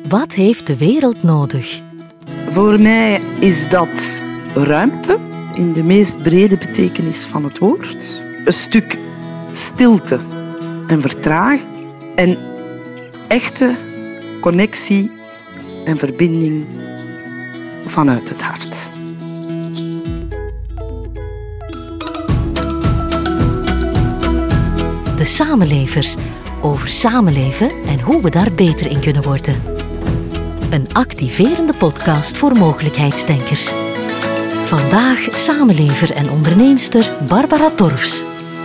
Wat heeft de wereld nodig? Voor mij is dat ruimte, in de meest brede betekenis van het woord. Een stuk stilte en vertragen. En echte connectie en verbinding vanuit het hart. De Samenlevers. Over samenleven en hoe we daar beter in kunnen worden. Een activerende podcast voor mogelijkheidsdenkers. Vandaag samenlever en onderneemster Barbara Torfs.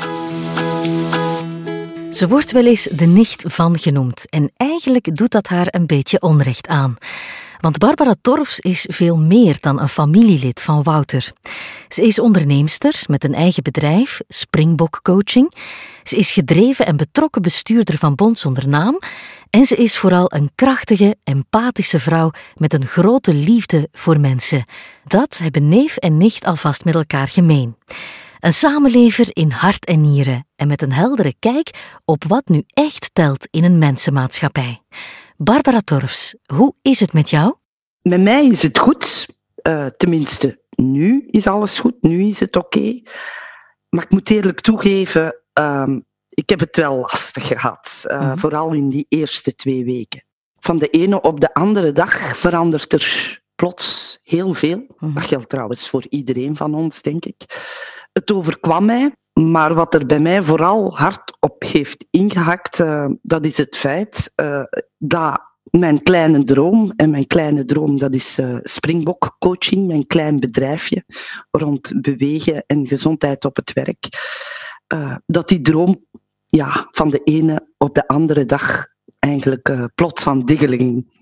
Ze wordt wel eens de nicht van genoemd en eigenlijk doet dat haar een beetje onrecht aan. Want Barbara Torfs is veel meer dan een familielid van Wouter. Ze is onderneemster met een eigen bedrijf, Springbok Coaching. Ze is gedreven en betrokken bestuurder van Bond Zonder Naam. En ze is vooral een krachtige, empathische vrouw met een grote liefde voor mensen. Dat hebben neef en nicht alvast met elkaar gemeen. Een samenlever in hart en nieren en met een heldere kijk op wat nu echt telt in een mensenmaatschappij. Barbara Torfs, hoe is het met jou? Met mij is het goed. Tenminste, nu is alles goed. Nu is het oké. Maar ik moet eerlijk toegeven, ik heb het wel lastig gehad. Vooral in die eerste 2 weken. Van de ene op de andere dag verandert er plots heel veel. Dat geldt trouwens voor iedereen van ons, denk ik. Het overkwam mij. Maar wat er bij mij vooral hard op heeft ingehakt, dat is het feit dat mijn kleine droom, en mijn kleine droom dat is Springbok Coaching, mijn klein bedrijfje rond bewegen en gezondheid op het werk, dat die droom van de ene op de andere dag eigenlijk plots aan diggelen ging.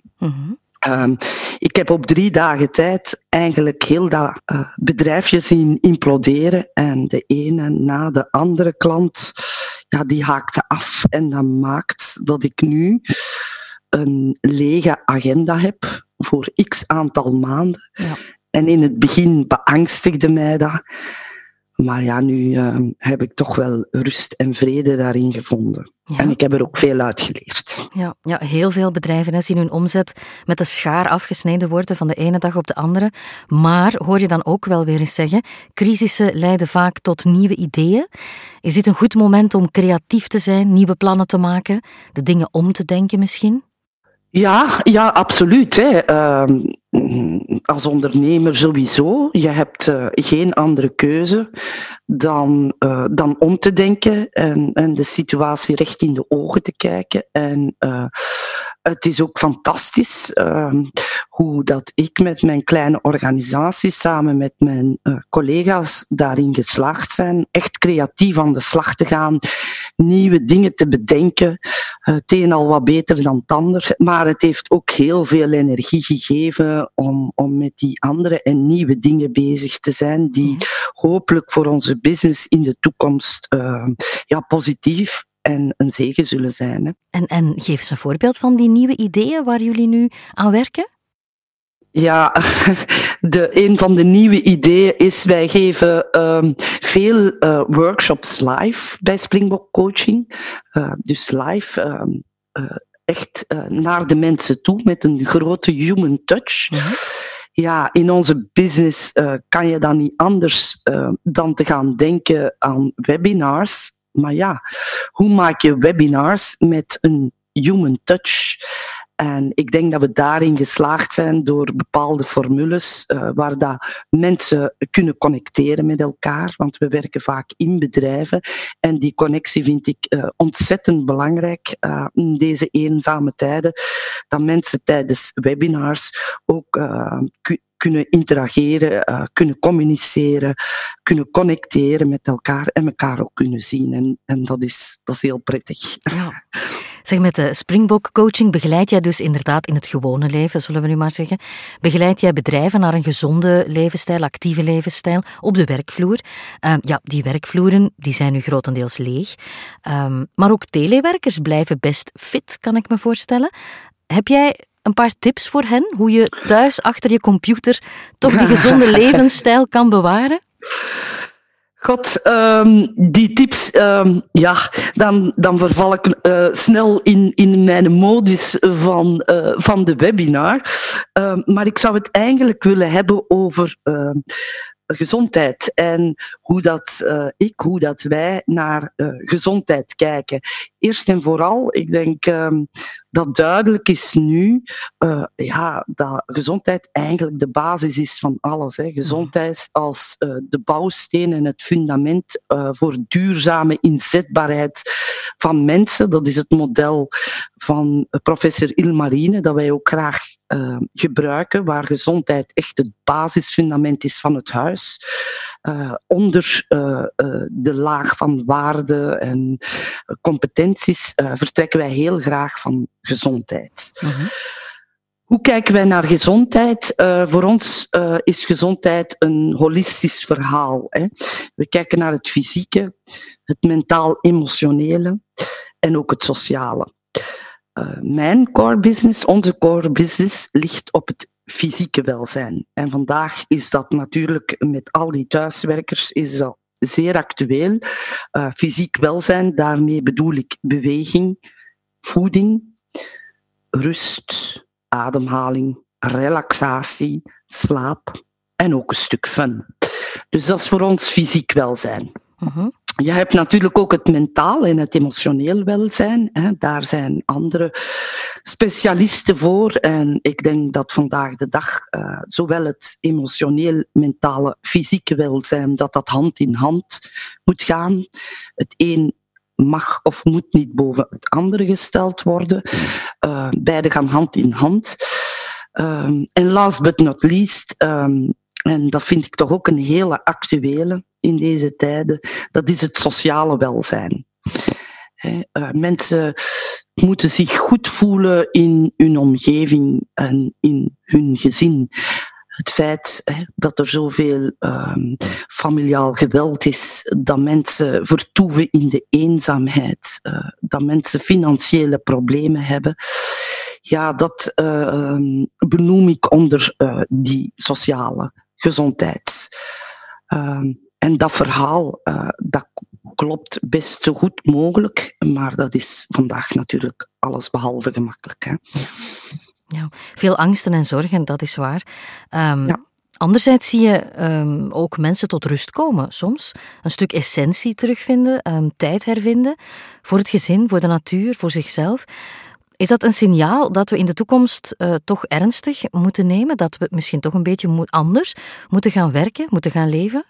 Ik heb op 3 dagen tijd eigenlijk heel dat bedrijfje zien imploderen en de ene na de andere klant, die haakte af. En dat maakt dat ik nu een lege agenda heb voor x aantal maanden. Ja. En in het begin beangstigde mij dat. Maar nu heb ik toch wel rust en vrede daarin gevonden. Ja. En ik heb er ook veel uit geleerd. Ja, heel veel bedrijven zien hun omzet met de schaar afgesneden worden van de ene dag op de andere. Maar, hoor je dan ook wel weer eens zeggen, crisissen leiden vaak tot nieuwe ideeën. Is dit een goed moment om creatief te zijn, nieuwe plannen te maken, de dingen om te denken misschien? Ja, absoluut. Hè. Als ondernemer sowieso. Je hebt geen andere keuze dan om te denken en de situatie recht in de ogen te kijken. En het is ook fantastisch hoe dat ik met mijn kleine organisatie samen met mijn collega's daarin geslaagd zijn. Echt creatief aan de slag te gaan, nieuwe dingen te bedenken. Het een al wat beter dan het ander. Maar het heeft ook heel veel energie gegeven om met die andere en nieuwe dingen bezig te zijn die hopelijk voor onze business in de toekomst positief en een zegen zullen zijn. Hè. En geef eens een voorbeeld van die nieuwe ideeën waar jullie nu aan werken. Ja, een van de nieuwe ideeën is, wij geven veel workshops live bij Springbok Coaching. Dus live, echt naar de mensen toe met een grote human touch. Ja, in onze business kan je dan niet anders dan te gaan denken aan webinars. Maar hoe maak je webinars met een human touch? En ik denk dat we daarin geslaagd zijn door bepaalde formules waar dat mensen kunnen connecteren met elkaar. Want we werken vaak in bedrijven. En die connectie vind ik ontzettend belangrijk in deze eenzame tijden. Dat mensen tijdens webinars ook kunnen interageren, kunnen communiceren, kunnen connecteren met elkaar en elkaar ook kunnen zien. En dat is heel prettig. Ja. Zeg, met de Springbok Coaching begeleid jij dus inderdaad in het gewone leven, zullen we nu maar zeggen. Begeleid jij bedrijven naar een gezonde levensstijl, actieve levensstijl op de werkvloer. Die werkvloeren die zijn nu grotendeels leeg. Maar ook telewerkers blijven best fit, kan ik me voorstellen. Heb jij een paar tips voor hen, hoe je thuis achter je computer toch die gezonde levensstijl kan bewaren? God, die tips, dan verval ik snel in mijn modus van de webinar. Maar ik zou het eigenlijk willen hebben over gezondheid en hoe dat wij naar gezondheid kijken. Eerst en vooral, ik denk dat duidelijk is nu dat gezondheid eigenlijk de basis is van alles. Hè. Gezondheid als de bouwsteen en het fundament voor duurzame inzetbaarheid van mensen. Dat is het model van professor Ilmarine, dat wij ook graag gebruiken, waar gezondheid echt het basisfundament is van het huis. Onder de laag van waarden en competenties vertrekken wij heel graag van gezondheid. Mm-hmm. Hoe kijken wij naar gezondheid? Voor ons is gezondheid een holistisch verhaal. Hè. We kijken naar het fysieke, het mentaal-emotionele en ook het sociale. Mijn core business, onze core business, ligt op het fysieke welzijn. En vandaag is dat natuurlijk met al die thuiswerkers is dat zeer actueel. Fysiek welzijn, daarmee bedoel ik beweging, voeding, rust, ademhaling, relaxatie, slaap en ook een stuk fun. Dus dat is voor ons fysiek welzijn. Mm-hmm. Je hebt natuurlijk ook het mentaal en het emotioneel welzijn. Hè. Daar zijn andere specialisten voor. En ik denk dat vandaag de dag zowel het emotioneel, mentale, fysieke welzijn, dat hand in hand moet gaan. Het een mag of moet niet boven het andere gesteld worden. Beide gaan hand in hand. En last but not least, en dat vind ik toch ook een hele actuele in deze tijden, dat is het sociale welzijn. Mensen moeten zich goed voelen in hun omgeving en in hun gezin. Het feit dat er zoveel familiaal geweld is, dat mensen vertoeven in de eenzaamheid, dat mensen financiële problemen hebben, ja, dat benoem ik onder die sociale gezondheid. En dat verhaal, dat klopt best zo goed mogelijk, maar dat is vandaag natuurlijk allesbehalve gemakkelijk. Hè? Ja, veel angsten en zorgen, dat is waar. Anderzijds zie je ook mensen tot rust komen soms. Een stuk essentie terugvinden, tijd hervinden. Voor het gezin, voor de natuur, voor zichzelf. Is dat een signaal dat we in de toekomst toch ernstig moeten nemen? Dat we misschien toch een beetje anders moeten gaan werken, moeten gaan leven?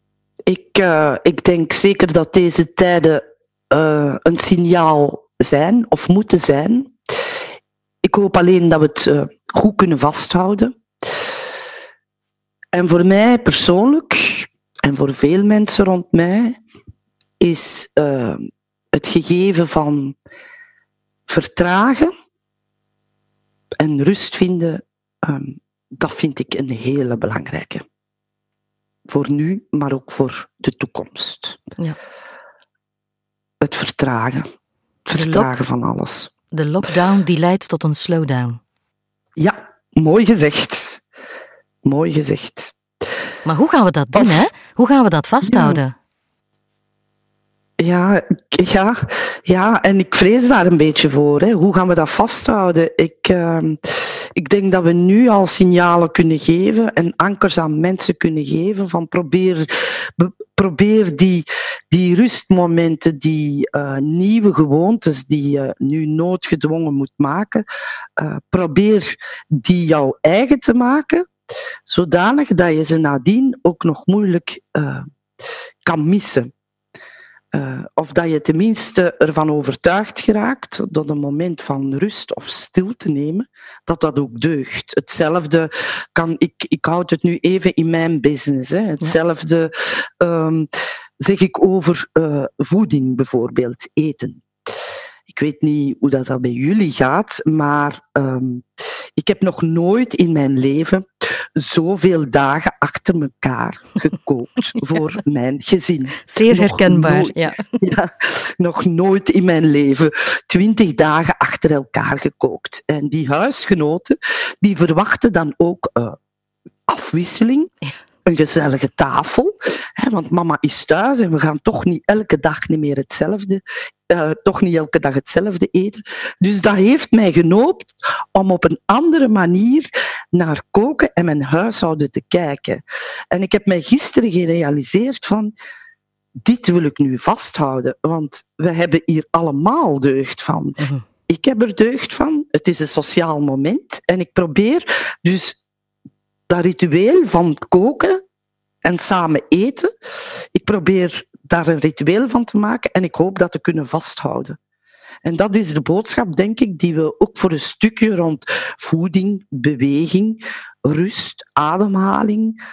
Ik denk zeker dat deze tijden een signaal zijn of moeten zijn. Ik hoop alleen dat we het goed kunnen vasthouden. En voor mij persoonlijk, en voor veel mensen rond mij, is het gegeven van vertragen en rust vinden, dat vind ik een hele belangrijke. Voor nu, maar ook voor de toekomst. Ja. Het vertragen. Het vertragen van alles. De lockdown die leidt tot een slowdown. Ja, mooi gezegd. Mooi gezegd. Maar hoe gaan we dat doen, hè? Hoe gaan we dat vasthouden? Ja, en ik vrees daar een beetje voor. Hè. Hoe gaan we dat vasthouden? Ik denk dat we nu al signalen kunnen geven en ankers aan mensen kunnen geven van probeer die rustmomenten, die nieuwe gewoontes die je nu noodgedwongen moet maken, probeer die jouw eigen te maken, zodanig dat je ze nadien ook nog moeilijk kan missen. Of dat je tenminste ervan overtuigd geraakt dat een moment van rust of stilte nemen, dat ook deugt. Hetzelfde kan ik houd het nu even in mijn business. Hè. Hetzelfde zeg ik over voeding bijvoorbeeld, eten. Ik weet niet hoe dat bij jullie gaat, maar ik heb nog nooit in mijn leven zoveel dagen achter elkaar gekookt voor mijn gezin. Zeer herkenbaar, ja. Nog nooit in mijn leven 20 dagen achter elkaar gekookt. En die huisgenoten, die verwachten dan ook afwisseling. een gezellige tafel. Hè, want mama is thuis en we gaan toch niet elke dag niet meer hetzelfde, toch niet elke dag hetzelfde eten. Dus dat heeft mij genoopt om op een andere manier naar koken en mijn huishouden te kijken. En ik heb mij gisteren gerealiseerd van, dit wil ik nu vasthouden, want we hebben hier allemaal deugd van. Ik heb er deugd van, het is een sociaal moment en ik probeer dus dat ritueel van koken en samen eten, ik probeer daar een ritueel van te maken en ik hoop dat te kunnen vasthouden. En dat is de boodschap, denk ik, die we ook voor een stukje rond voeding, beweging, rust, ademhaling,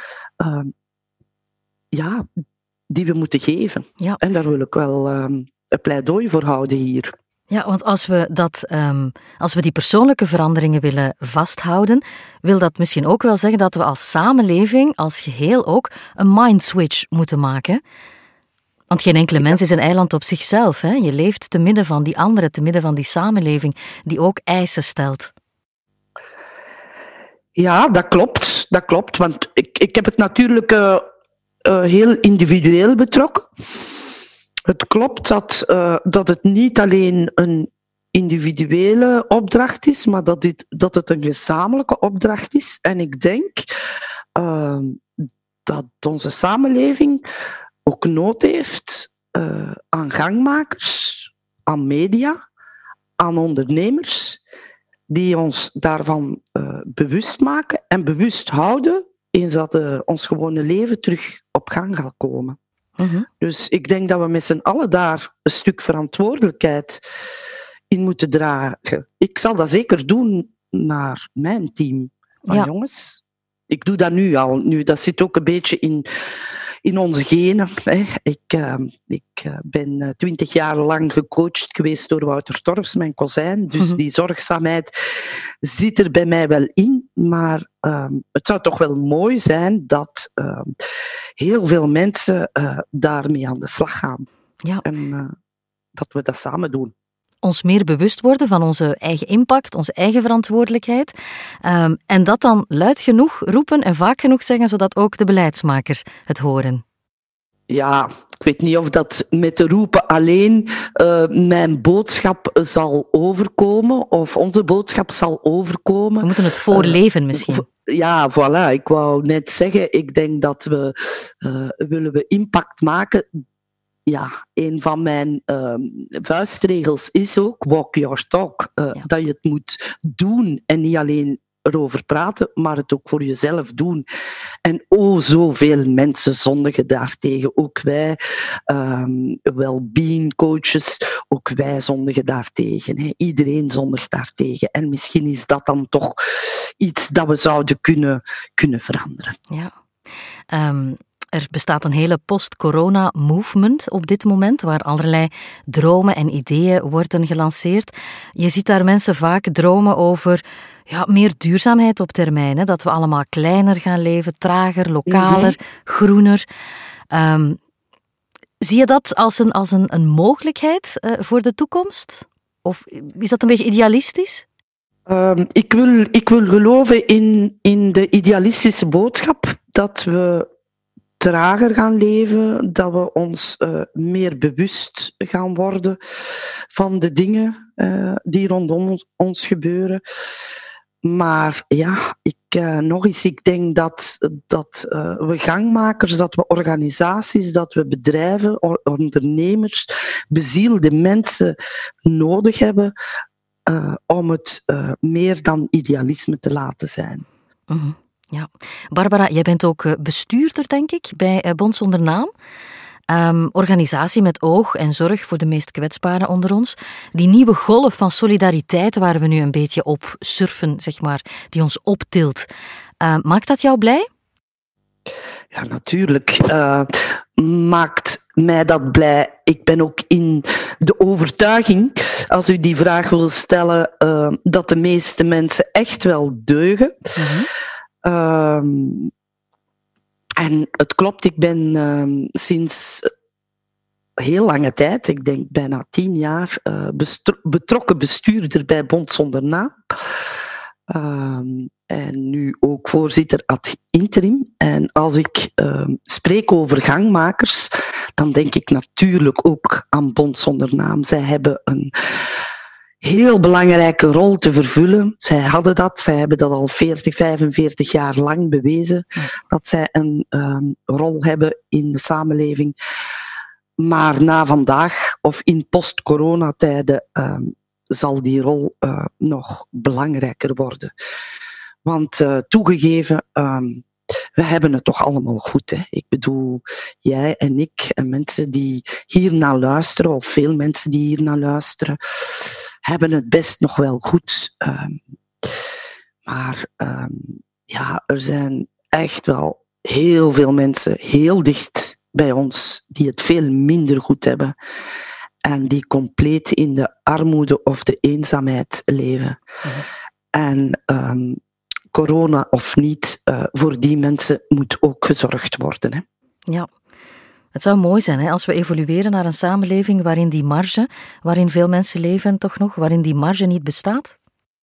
die we moeten geven. Ja. En daar wil ik wel een pleidooi voor houden hier. Ja, want als we die persoonlijke veranderingen willen vasthouden, wil dat misschien ook wel zeggen dat we als samenleving, als geheel ook, een mindswitch moeten maken. Want geen enkele mens is een eiland op zichzelf. Hè? Je leeft te midden van die anderen, te midden van die samenleving die ook eisen stelt. Ja, dat klopt. Want ik heb het natuurlijk heel individueel betrokken. Het klopt dat het niet alleen een individuele opdracht is, maar dat het een gezamenlijke opdracht is. En ik denk dat onze samenleving ook nood heeft aan gangmakers, aan media, aan ondernemers, die ons daarvan bewust maken en bewust houden, eens dat ons gewone leven terug op gang gaat komen. Dus ik denk dat we met z'n allen daar een stuk verantwoordelijkheid in moeten dragen. Ik zal dat zeker doen naar mijn team van jongens. Ik doe dat nu al. Nu, dat zit ook een beetje in onze genen. Hè. Ik ben 20 jaar lang gecoacht geweest door Wouter Torfs, mijn kozijn. Dus die zorgzaamheid zit er bij mij wel in. Maar het zou toch wel mooi zijn dat heel veel mensen daarmee aan de slag gaan. Ja. En dat we dat samen doen. Ons meer bewust worden van onze eigen impact, onze eigen verantwoordelijkheid. En dat dan luid genoeg roepen en vaak genoeg zeggen, zodat ook de beleidsmakers het horen. Ja, ik weet niet of dat met de roepen alleen mijn boodschap zal overkomen, of onze boodschap zal overkomen. We moeten het voorleven misschien. Ja, voilà. Ik wou net zeggen, ik denk dat willen we impact maken. Ja, een van mijn vuistregels is ook walk your talk. Dat je het moet doen en niet alleen erover praten, maar het ook voor jezelf doen. En zoveel mensen zondigen daartegen. Ook wij, well-being coaches, ook wij zondigen daartegen. Hè. Iedereen zondigt daartegen. En misschien is dat dan toch iets dat we zouden kunnen veranderen. Ja. Er bestaat een hele post-corona-movement op dit moment, waar allerlei dromen en ideeën worden gelanceerd. Je ziet daar mensen vaak dromen over meer duurzaamheid op termijn. Hè? Dat we allemaal kleiner gaan leven, trager, lokaler, groener. Zie je dat als een mogelijkheid voor de toekomst? Of is dat een beetje idealistisch? Ik wil geloven in de idealistische boodschap dat we trager gaan leven, dat we ons meer bewust gaan worden van de dingen die rondom ons gebeuren. Maar ja, ik denk dat we gangmakers, dat we organisaties, dat we bedrijven, ondernemers, bezielde mensen nodig hebben om het meer dan idealisme te laten zijn. Ja. Barbara, jij bent ook bestuurder, denk ik, bij Bond Zonder Naam. Organisatie met oog en zorg voor de meest kwetsbaren onder ons. Die nieuwe golf van solidariteit waar we nu een beetje op surfen, zeg maar, die ons optilt. Maakt dat jou blij? Ja, natuurlijk. Maakt mij dat blij. Ik ben ook in de overtuiging, als u die vraag wil stellen, dat de meeste mensen echt wel deugen. En het klopt, ik ben sinds heel lange tijd, ik denk bijna 10 jaar, betrokken bestuurder bij Bond Zonder Naam. en nu ook voorzitter ad interim. En als ik spreek over gangmakers, dan denk ik natuurlijk ook aan Bond zonder naam. Zij hebben een heel belangrijke rol te vervullen. Zij hebben dat al 40, 45 jaar lang bewezen, dat zij een rol hebben in de samenleving. Maar na vandaag, of in post-coronatijden, zal die rol nog belangrijker worden. Want toegegeven, we hebben het toch allemaal goed. Hè? Ik bedoel, jij en ik en mensen die hier naar luisteren, of veel mensen die hier naar luisteren, hebben het best nog wel goed. Maar er zijn echt wel heel veel mensen heel dicht bij ons die het veel minder goed hebben. En die compleet in de armoede of de eenzaamheid leven. En corona of niet, voor die mensen moet ook gezorgd worden. Hè. Ja, het zou mooi zijn als we evolueren naar een samenleving waarin die marge, waarin veel mensen leven toch nog, waarin die marge niet bestaat?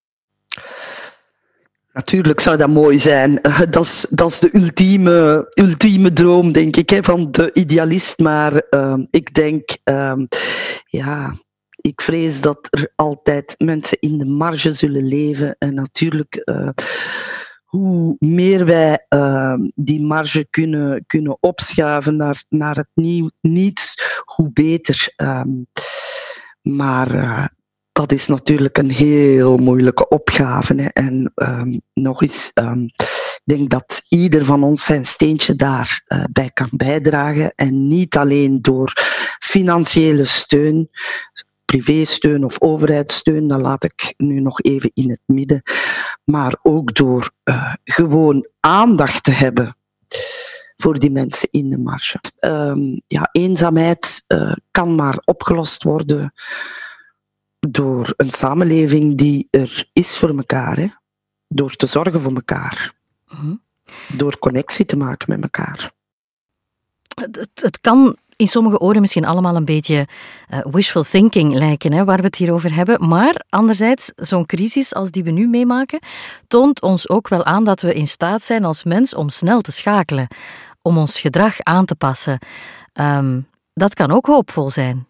Natuurlijk zou dat mooi zijn. Dat is de ultieme droom, denk ik, van de idealist. Maar ik denk, ik vrees dat er altijd mensen in de marge zullen leven. En natuurlijk, hoe meer wij die marge kunnen opschuiven naar het niets, hoe beter. Maar dat is natuurlijk een heel moeilijke opgave. Hè. En nog eens, ik denk dat ieder van ons zijn steentje daarbij kan bijdragen. En niet alleen door financiële steun, privésteun of overheidssteun, dat laat ik nu nog even in het midden. Maar ook door gewoon aandacht te hebben voor die mensen in de marge. Eenzaamheid kan maar opgelost worden door een samenleving die er is voor elkaar. Hè? Door te zorgen voor elkaar. Door connectie te maken met elkaar. Het kan in sommige oren misschien allemaal een beetje wishful thinking lijken, hè, waar we het hier over hebben. Maar anderzijds, zo'n crisis als die we nu meemaken, toont ons ook wel aan dat we in staat zijn als mens om snel te schakelen. Om ons gedrag aan te passen. Dat kan ook hoopvol zijn.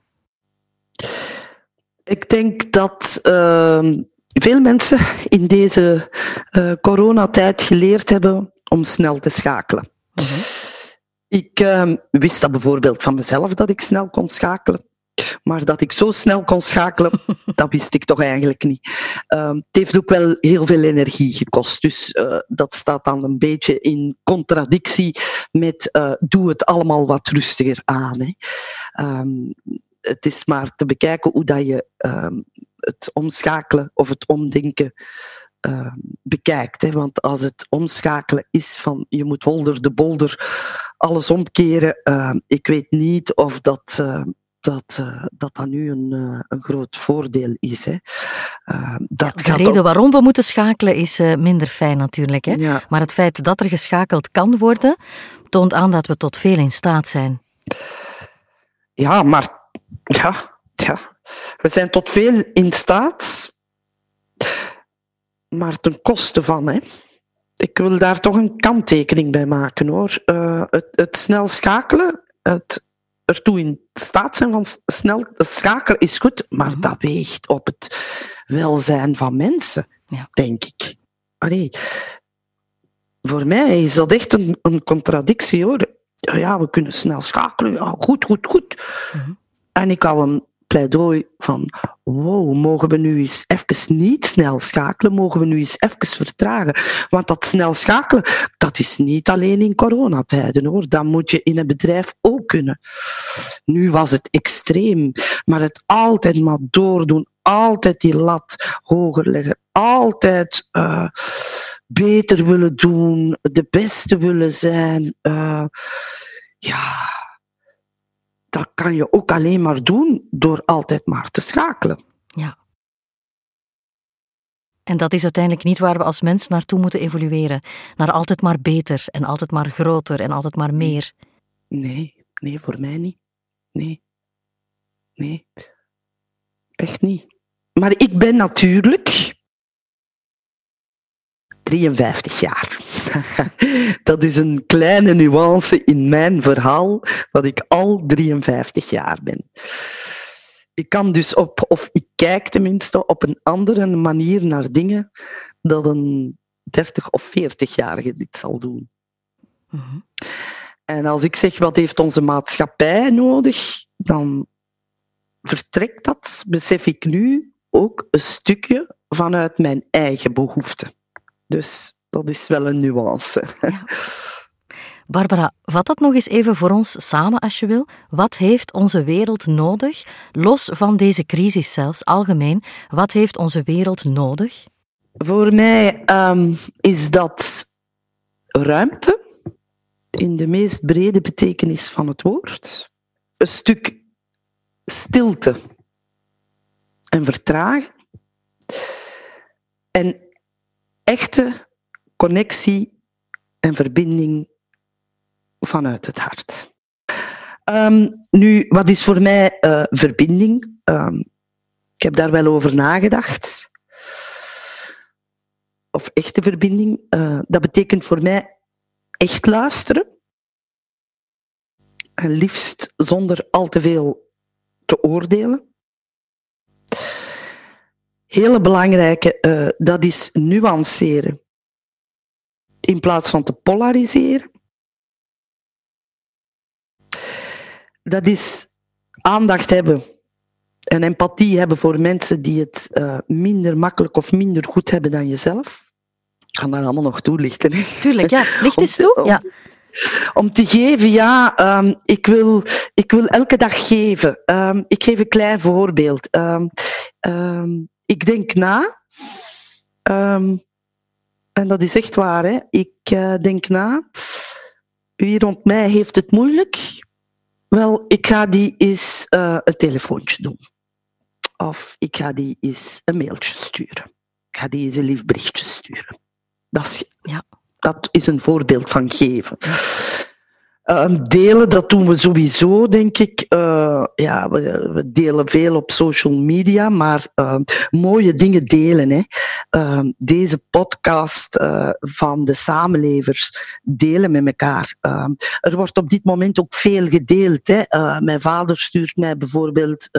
Ik denk dat veel mensen in deze coronatijd geleerd hebben om snel te schakelen. Ik wist dat bijvoorbeeld van mezelf, dat ik snel kon schakelen. Maar dat ik zo snel kon schakelen, dat wist ik toch eigenlijk niet. Het heeft ook wel heel veel energie gekost. Dus dat staat dan een beetje in contradictie met doe het allemaal wat rustiger aan. Hè. Het is maar te bekijken hoe dat je het omschakelen of het omdenken bekijkt. Hè. Want als het omschakelen is van je moet holder de bolder alles omkeren, ik weet niet of dat nu een groot voordeel is. Hè. De reden waarom we moeten schakelen is minder fijn natuurlijk. Hè. Ja. Maar het feit dat er geschakeld kan worden, toont aan dat we tot veel in staat zijn. Ja, maar we zijn tot veel in staat, maar ten koste van. Hè. Ik wil daar toch een kanttekening bij maken, hoor. Het snel schakelen, het ertoe in staat zijn van snel schakelen is goed, maar dat weegt op het welzijn van mensen, denk ik. Allee, voor mij is dat echt een contradictie, hoor. Ja, we kunnen snel schakelen, ja, goed. En ik hou een pleidooi van, wow, mogen we nu eens even niet snel schakelen, mogen we nu eens even vertragen. Want dat snel schakelen, dat is niet alleen in coronatijden, hoor. Dat moet je in een bedrijf ook kunnen. Nu was het extreem, maar het altijd maar doordoen, altijd die lat hoger leggen, altijd beter willen doen, de beste willen zijn. Dat kan je ook alleen maar doen door altijd maar te schakelen. Ja. En dat is uiteindelijk niet waar we als mens naartoe moeten evolueren. Naar altijd maar beter en altijd maar groter en altijd maar meer. Nee, voor mij niet. Nee. Echt niet. Maar ik ben natuurlijk 53 jaar. Dat is een kleine nuance in mijn verhaal, dat ik al 53 jaar ben. Ik kan dus of ik kijk tenminste op een andere manier naar dingen dan een 30 of 40-jarige dit zal doen. Mm-hmm. En als ik zeg, wat heeft onze maatschappij nodig, dan vertrekt dat, besef ik nu, ook een stukje vanuit mijn eigen behoeften. Dus dat is wel een nuance. Ja. Barbara, vat dat nog eens even voor ons samen als je wil. Wat heeft onze wereld nodig, los van deze crisis zelfs, algemeen, wat heeft onze wereld nodig? Voor mij is dat ruimte, in de meest brede betekenis van het woord. Een stuk stilte en vertragen. En echte connectie en verbinding vanuit het hart. Nu, wat is voor mij verbinding? Ik heb daar wel over nagedacht. Of echte verbinding. Dat betekent voor mij echt luisteren. En liefst zonder al te veel te oordelen. Hele belangrijke, dat is nuanceren. In plaats van te polariseren. Dat is aandacht hebben en empathie hebben voor mensen die het minder makkelijk of minder goed hebben dan jezelf. Ik ga dat allemaal nog toelichten. Hè. Tuurlijk, ja. Licht eens toe. Ja. Om te geven, ja, ik wil elke dag geven. Ik geef een klein voorbeeld. Ik denk na, en dat is echt waar, hè. Ik denk na, wie rond mij heeft het moeilijk? Wel, ik ga die eens een telefoontje doen. Of ik ga die eens een mailtje sturen. Ik ga die eens een lief berichtje sturen. Dat is een voorbeeld van geven. Delen, dat doen we sowieso, denk ik. We delen veel op social media, maar mooie dingen delen. Hè. Deze podcast van de samenlevers delen met elkaar. Er wordt op dit moment ook veel gedeeld. Hè. Mijn vader stuurt mij bijvoorbeeld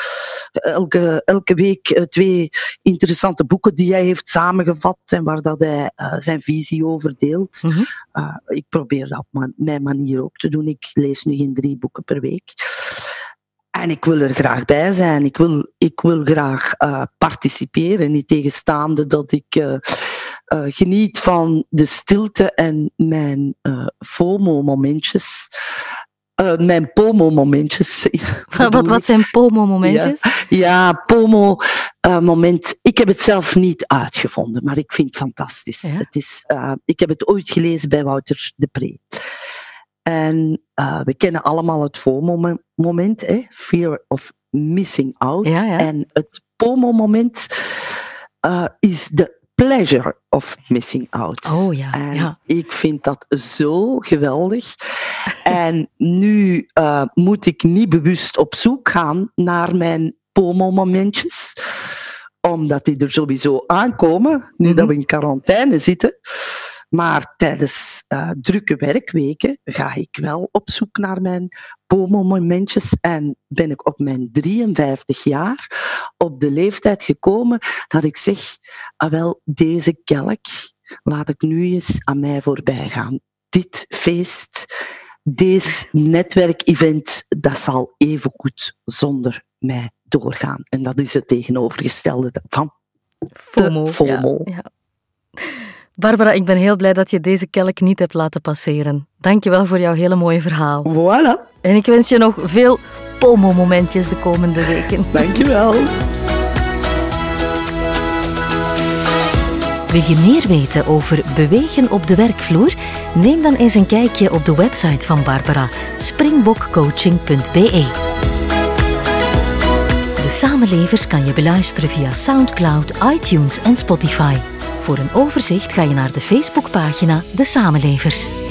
elke week 2 interessante boeken die hij heeft samengevat en waar dat hij zijn visie over deelt. Mm-hmm. Ik probeer dat op mijn manier ook te doen. Ik lees nu geen 3 boeken per week. En ik wil er graag bij zijn. Ik wil graag participeren, niet tegenstaande dat ik geniet van de stilte en mijn FOMO-momentjes. Mijn POMO-momentjes. Wat zijn POMO-momentjes? Ja, POMO-moment. Ik heb het zelf niet uitgevonden, maar ik vind het fantastisch. Ja? Ik heb het ooit gelezen bij Wouter de Pre. En we kennen allemaal het FOMO-moment, fear of missing out. Ja, ja. En het POMO-moment is de pleasure of missing out. Oh ja, en ik vind dat zo geweldig. En nu moet ik niet bewust op zoek gaan naar mijn POMO-momentjes, omdat die er sowieso aankomen, nu dat we in quarantaine zitten. Maar tijdens drukke werkweken ga ik wel op zoek naar mijn POMO-momentjes en ben ik op mijn 53 jaar op de leeftijd gekomen dat ik zeg, deze kelk laat ik nu eens aan mij voorbij gaan. Dit feest, deze netwerkevent, dat zal evengoed zonder mij doorgaan. En dat is het tegenovergestelde van FOMO. Ja. Barbara, ik ben heel blij dat je deze kelk niet hebt laten passeren. Dank je wel voor jouw hele mooie verhaal. Voilà. En ik wens je nog veel POMO-momentjes de komende weken. Dank je wel. Wil je meer weten over bewegen op de werkvloer? Neem dan eens een kijkje op de website van Barbara, springbokcoaching.be. De Samenlevers kan je beluisteren via Soundcloud, iTunes en Spotify. Voor een overzicht ga je naar de Facebookpagina De Samenlevers.